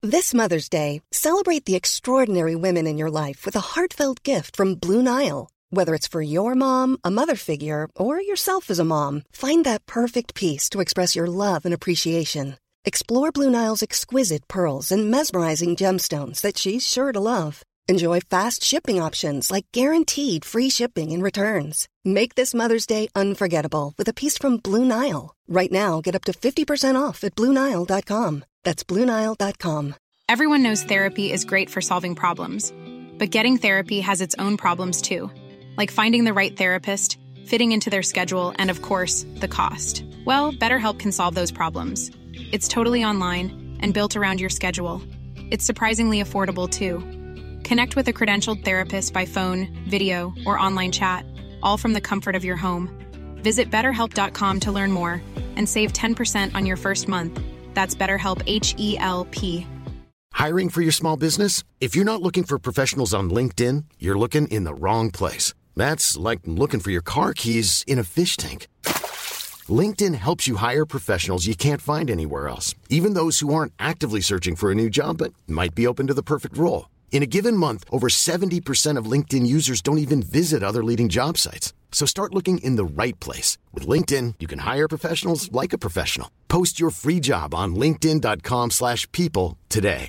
This Mother's Day, celebrate the extraordinary women in your life with a heartfelt gift from Blue Nile. Whether it's for your mom, a mother figure, or yourself as a mom, find that perfect piece to express your love and appreciation. Explore Blue Nile's exquisite pearls and mesmerizing gemstones that she's sure to love. Enjoy fast shipping options like guaranteed free shipping and returns. Make this Mother's Day unforgettable with a piece from Blue Nile. Right now, get up to 50% off at BlueNile.com. That's BlueNile.com. Everyone knows therapy is great for solving problems, but getting therapy has its own problems too, like finding the right therapist, fitting into their schedule, and of course, the cost. Well, BetterHelp can solve those problems. It's totally online and built around your schedule. It's surprisingly affordable too. Connect with a credentialed therapist by phone, video, or online chat, all from the comfort of your home. Visit BetterHelp.com to learn more and save 10% on your first month. That's BetterHelp, H-E-L-P. Hiring for your small business? If you're not looking for professionals on LinkedIn, you're looking in the wrong place. That's like looking for your car keys in a fish tank. LinkedIn helps you hire professionals you can't find anywhere else, even those who aren't actively searching for a new job but might be open to the perfect role. In a given month, over 70% of LinkedIn users don't even visit other leading job sites. So start looking in the right place. With LinkedIn, you can hire professionals like a professional. Post your free job on linkedin.com/people today.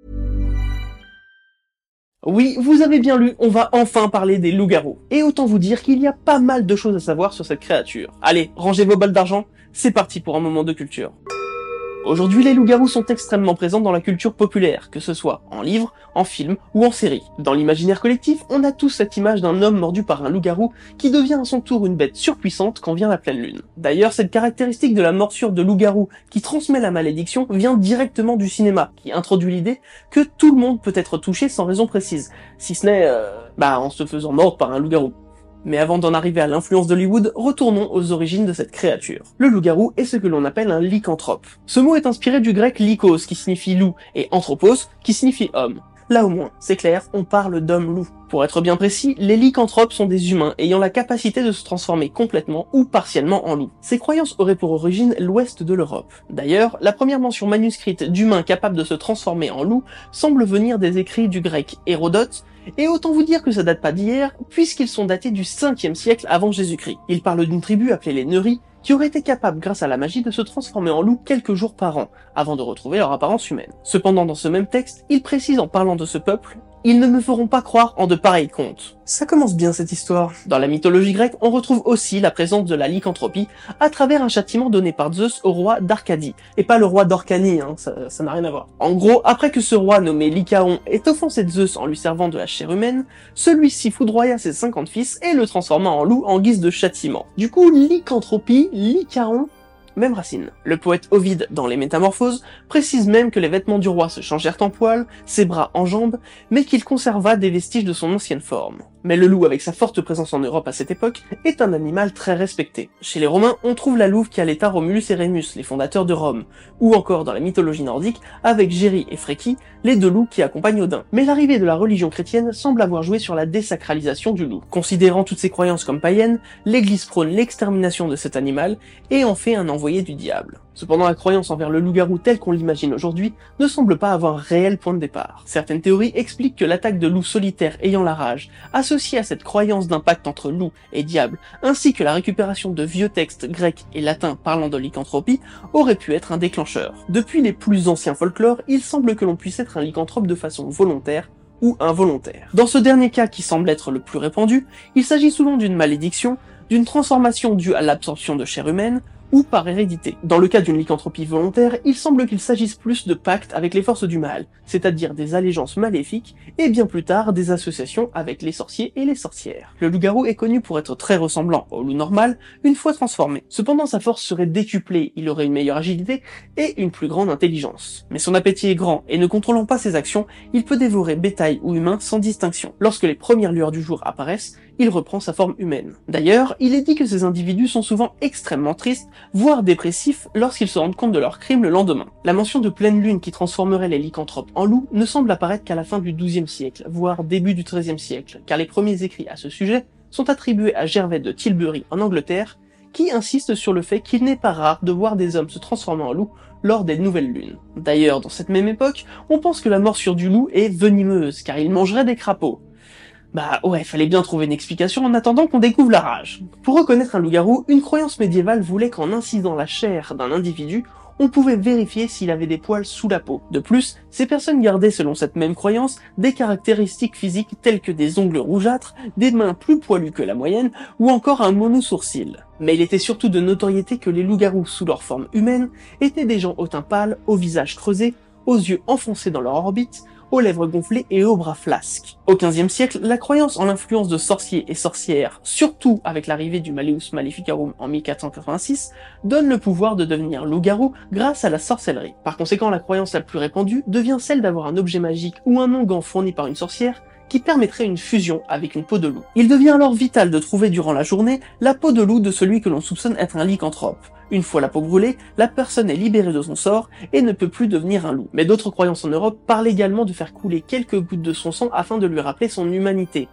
Oui, vous avez bien lu, on va enfin parler des loups-garous. Et autant vous dire qu'il y a pas mal de choses à savoir sur cette créature. Allez, rangez vos bols d'argent, c'est parti pour un moment de culture. Aujourd'hui, les loups-garous sont extrêmement présents dans la culture populaire, que ce soit en livre, en film ou en série. Dans l'imaginaire collectif, on a tous cette image d'un homme mordu par un loup-garou qui devient à son tour une bête surpuissante quand vient la pleine lune. D'ailleurs, cette caractéristique de la morsure de loup-garou qui transmet la malédiction vient directement du cinéma, qui introduit l'idée que tout le monde peut être touché sans raison précise, si ce n'est, en se faisant mordre par un loup-garou. Mais avant d'en arriver à l'influence d'Hollywood, retournons aux origines de cette créature. Le loup-garou est ce que l'on appelle un lycanthrope. Ce mot est inspiré du grec lykos qui signifie loup et anthropos qui signifie homme. Là au moins, c'est clair, on parle d'homme-loup. Pour être bien précis, les lycanthropes sont des humains ayant la capacité de se transformer complètement ou partiellement en loup. Ces croyances auraient pour origine l'ouest de l'Europe. D'ailleurs, la première mention manuscrite d'humains capables de se transformer en loup semble venir des écrits du grec Hérodote, et autant vous dire que ça date pas d'hier, puisqu'ils sont datés du 5e siècle avant Jésus-Christ. Il parle d'une tribu appelée les Neuris, qui auraient été capables grâce à la magie de se transformer en loup quelques jours par an, avant de retrouver leur apparence humaine. Cependant, dans ce même texte, il précise en parlant de ce peuple: « Ils ne me feront pas croire en de pareils contes ». Ça commence bien cette histoire. Dans la mythologie grecque, on retrouve aussi la présence de la lycanthropie à travers un châtiment donné par Zeus au roi d'Arcadie, et pas le roi d'Orcanie, ça n'a rien à voir. En gros, après que ce roi nommé Lycaon ait offensé Zeus en lui servant de la chair humaine, celui-ci foudroya ses 50 fils et le transforma en loup en guise de châtiment. Du coup, lycanthropie, Lycaon, même racine. Le poète Ovide, dans les Métamorphoses, précise même que les vêtements du roi se changèrent en poils, ses bras en jambes, mais qu'il conserva des vestiges de son ancienne forme. Mais le loup, avec sa forte présence en Europe à cette époque, est un animal très respecté. Chez les Romains, on trouve la louve qui allaita Romulus et Rémus, les fondateurs de Rome, ou encore dans la mythologie nordique, avec Géry et Fréki, les deux loups qui accompagnent Odin. Mais l'arrivée de la religion chrétienne semble avoir joué sur la désacralisation du loup. Considérant toutes ces croyances comme païennes, l'Église prône l'extermination de cet animal et en fait un envoyé du diable. Cependant, la croyance envers le loup-garou tel qu'on l'imagine aujourd'hui ne semble pas avoir un réel point de départ. Certaines théories expliquent que l'attaque de loups solitaires ayant la rage, associée à cette croyance d'impact entre loup et diable, ainsi que la récupération de vieux textes grecs et latins parlant de lycanthropie, aurait pu être un déclencheur. Depuis les plus anciens folklores, il semble que l'on puisse être un lycanthrope de façon volontaire ou involontaire. Dans ce dernier cas qui semble être le plus répandu, il s'agit souvent d'une malédiction, d'une transformation due à l'absorption de chair humaine, ou par hérédité. Dans le cas d'une lycanthropie volontaire, il semble qu'il s'agisse plus de pactes avec les forces du mal, c'est-à-dire des allégeances maléfiques, et bien plus tard des associations avec les sorciers et les sorcières. Le loup-garou est connu pour être très ressemblant au loup normal, une fois transformé. Cependant, sa force serait décuplée, il aurait une meilleure agilité et une plus grande intelligence. Mais son appétit est grand, et ne contrôlant pas ses actions, il peut dévorer bétail ou humain sans distinction. Lorsque les premières lueurs du jour apparaissent, il reprend sa forme humaine. D'ailleurs, il est dit que ces individus sont souvent extrêmement tristes, voire dépressifs lorsqu'ils se rendent compte de leur crime le lendemain. La mention de pleine lune qui transformerait les lycanthropes en loups ne semble apparaître qu'à la fin du XIIe siècle, voire début du XIIIe siècle, car les premiers écrits à ce sujet sont attribués à Gervais de Tilbury en Angleterre, qui insiste sur le fait qu'il n'est pas rare de voir des hommes se transformer en loup lors des nouvelles lunes. D'ailleurs, dans cette même époque, on pense que la morsure du loup est venimeuse, car il mangerait des crapauds. Bah ouais, fallait bien trouver une explication en attendant qu'on découvre la rage. Pour reconnaître un loup-garou, une croyance médiévale voulait qu'en incisant la chair d'un individu, on pouvait vérifier s'il avait des poils sous la peau. De plus, ces personnes gardaient, selon cette même croyance, des caractéristiques physiques telles que des ongles rougeâtres, des mains plus poilues que la moyenne, ou encore un monosourcil. Mais il était surtout de notoriété que les loups-garous sous leur forme humaine étaient des gens au teint pâle, au visage creusé, aux yeux enfoncés dans leur orbite, aux lèvres gonflées et aux bras flasques. Au XVe siècle, la croyance en l'influence de sorciers et sorcières, surtout avec l'arrivée du Malleus Maleficarum en 1486, donne le pouvoir de devenir loup-garou grâce à la sorcellerie. Par conséquent, la croyance la plus répandue devient celle d'avoir un objet magique ou un onguent fourni par une sorcière qui permettrait une fusion avec une peau de loup. Il devient alors vital de trouver durant la journée la peau de loup de celui que l'on soupçonne être un lycanthrope. Une fois la peau brûlée, la personne est libérée de son sort et ne peut plus devenir un loup. Mais d'autres croyances en Europe parlent également de faire couler quelques gouttes de son sang afin de lui rappeler son humanité.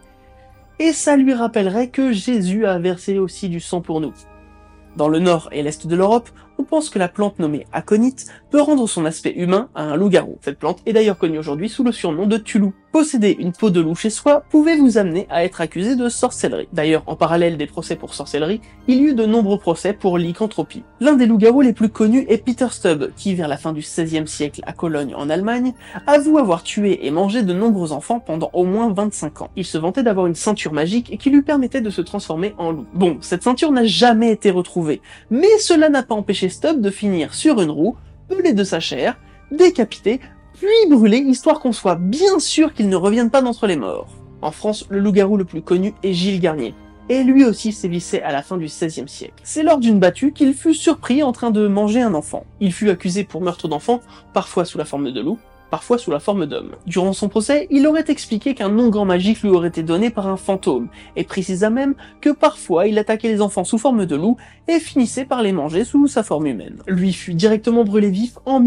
Et ça lui rappellerait que Jésus a versé aussi du sang pour nous. Dans le nord et l'est de l'Europe, on pense que la plante nommée aconite peut rendre son aspect humain à un loup-garou. Cette plante est d'ailleurs connue aujourd'hui sous le surnom de tulou. Posséder une peau de loup chez soi pouvait vous amener à être accusé de sorcellerie. D'ailleurs, en parallèle des procès pour sorcellerie, il y eut de nombreux procès pour lycanthropie. L'un des loups-garous les plus connus est Peter Stubb, qui vers la fin du XVIe siècle à Cologne en Allemagne, avoue avoir tué et mangé de nombreux enfants pendant au moins 25 ans. Il se vantait d'avoir une ceinture magique qui lui permettait de se transformer en loup. Bon, cette ceinture n'a jamais été retrouvée, mais cela n'a pas empêché Stubb de finir sur une roue, pelé de sa chair, décapité, puis brûlé, histoire qu'on soit bien sûr qu'il ne revienne pas d'entre les morts. En France, le loup-garou le plus connu est Gilles Garnier, et lui aussi sévissait à la fin du XVIe siècle. C'est lors d'une battue qu'il fut surpris en train de manger un enfant. Il fut accusé pour meurtre d'enfant, parfois sous la forme de loup, parfois sous la forme d'homme. Durant son procès, il aurait expliqué qu'un onguent magique lui aurait été donné par un fantôme, et précisa même que parfois il attaquait les enfants sous forme de loup et finissait par les manger sous sa forme humaine. Lui fut directement brûlé vif en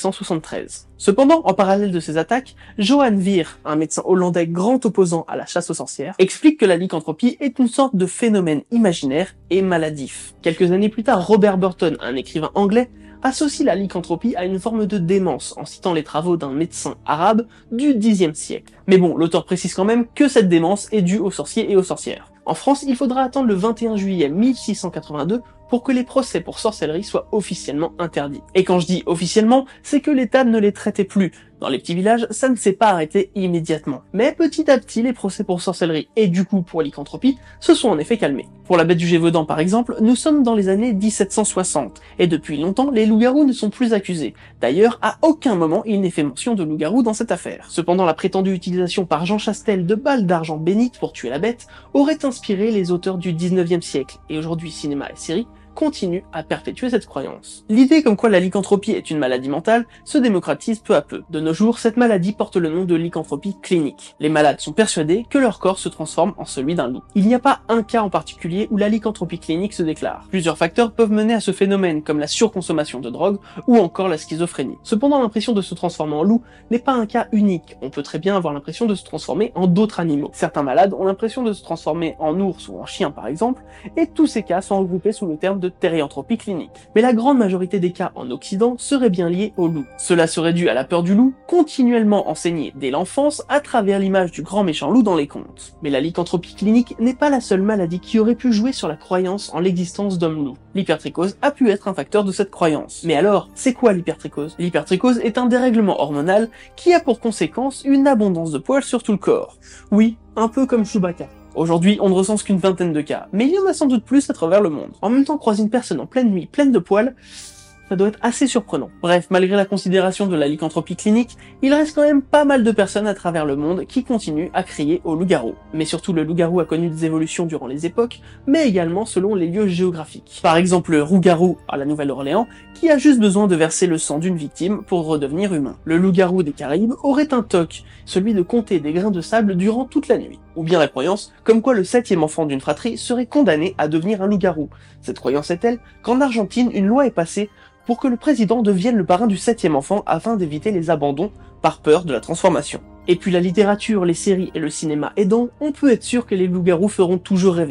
1573. Cependant, en parallèle de ces attaques, Johan Vir, un médecin hollandais grand opposant à la chasse aux sorcières, explique que la lycanthropie est une sorte de phénomène imaginaire et maladif. Quelques années plus tard, Robert Burton, un écrivain anglais, associe la lycanthropie à une forme de démence en citant les travaux d'un médecin arabe du Xe siècle. Mais bon, l'auteur précise quand même que cette démence est due aux sorciers et aux sorcières. En France, il faudra attendre le 21 juillet 1682 pour que les procès pour sorcellerie soient officiellement interdits. Et quand je dis officiellement, c'est que l'État ne les traitait plus. Dans les petits villages, ça ne s'est pas arrêté immédiatement. Mais petit à petit, les procès pour sorcellerie et du coup pour lycanthropie se sont en effet calmés. Pour la bête du Gévaudan par exemple, nous sommes dans les années 1760, et depuis longtemps, les loups-garous ne sont plus accusés. D'ailleurs, à aucun moment il n'est fait mention de loups-garous dans cette affaire. Cependant, la prétendue utilisation par Jean Chastel de balles d'argent bénites pour tuer la bête aurait inspiré les auteurs du 19e siècle, et aujourd'hui cinéma et série, continue à perpétuer cette croyance. L'idée comme quoi la lycanthropie est une maladie mentale se démocratise peu à peu. De nos jours, cette maladie porte le nom de lycanthropie clinique. Les malades sont persuadés que leur corps se transforme en celui d'un loup. Il n'y a pas un cas en particulier où la lycanthropie clinique se déclare. Plusieurs facteurs peuvent mener à ce phénomène, comme la surconsommation de drogue ou encore la schizophrénie. Cependant, l'impression de se transformer en loup n'est pas un cas unique. On peut très bien avoir l'impression de se transformer en d'autres animaux. Certains malades ont l'impression de se transformer en ours ou en chien par exemple, et tous ces cas sont regroupés sous le terme de térianthropie clinique. Mais la grande majorité des cas en Occident seraient bien liés au loup. Cela serait dû à la peur du loup, continuellement enseignée dès l'enfance à travers l'image du grand méchant loup dans les contes. Mais la lycanthropie clinique n'est pas la seule maladie qui aurait pu jouer sur la croyance en l'existence d'hommes-loups. L'hypertrichose a pu être un facteur de cette croyance. Mais alors, c'est quoi l'hypertrichose? L'hypertrichose est un dérèglement hormonal qui a pour conséquence une abondance de poils sur tout le corps. Oui, un peu comme Chewbacca. Aujourd'hui, on ne recense qu'une vingtaine de cas, mais il y en a sans doute plus à travers le monde. En même temps, croiser une personne en pleine nuit, pleine de poils, ça doit être assez surprenant. Bref, malgré la considération de la lycanthropie clinique, il reste quand même pas mal de personnes à travers le monde qui continuent à crier au loup-garou. Mais surtout, le loup-garou a connu des évolutions durant les époques, mais également selon les lieux géographiques. Par exemple, le loup-garou à la Nouvelle-Orléans, qui a juste besoin de verser le sang d'une victime pour redevenir humain. Le loup-garou des Caraïbes aurait un toc, celui de compter des grains de sable durant toute la nuit. Ou bien la croyance comme quoi le 7e enfant d'une fratrie serait condamné à devenir un loup-garou. Cette croyance est telle qu'en Argentine, une loi est passée pour que le président devienne le parrain du 7e enfant afin d'éviter les abandons par peur de la transformation. Et puis la littérature, les séries et le cinéma aidant, on peut être sûr que les loups-garous feront toujours rêver.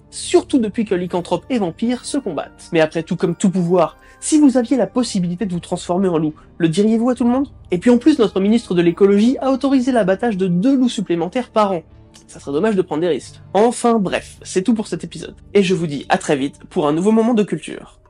surtout depuis que lycanthropes et vampires se combattent. Mais après tout, comme tout pouvoir, si vous aviez la possibilité de vous transformer en loup, le diriez-vous à tout le monde? Et puis en plus, notre ministre de l'écologie a autorisé l'abattage de 2 loups supplémentaires par an. Ça serait dommage de prendre des risques. Enfin bref, c'est tout pour cet épisode. Et je vous dis à très vite pour un nouveau moment de culture.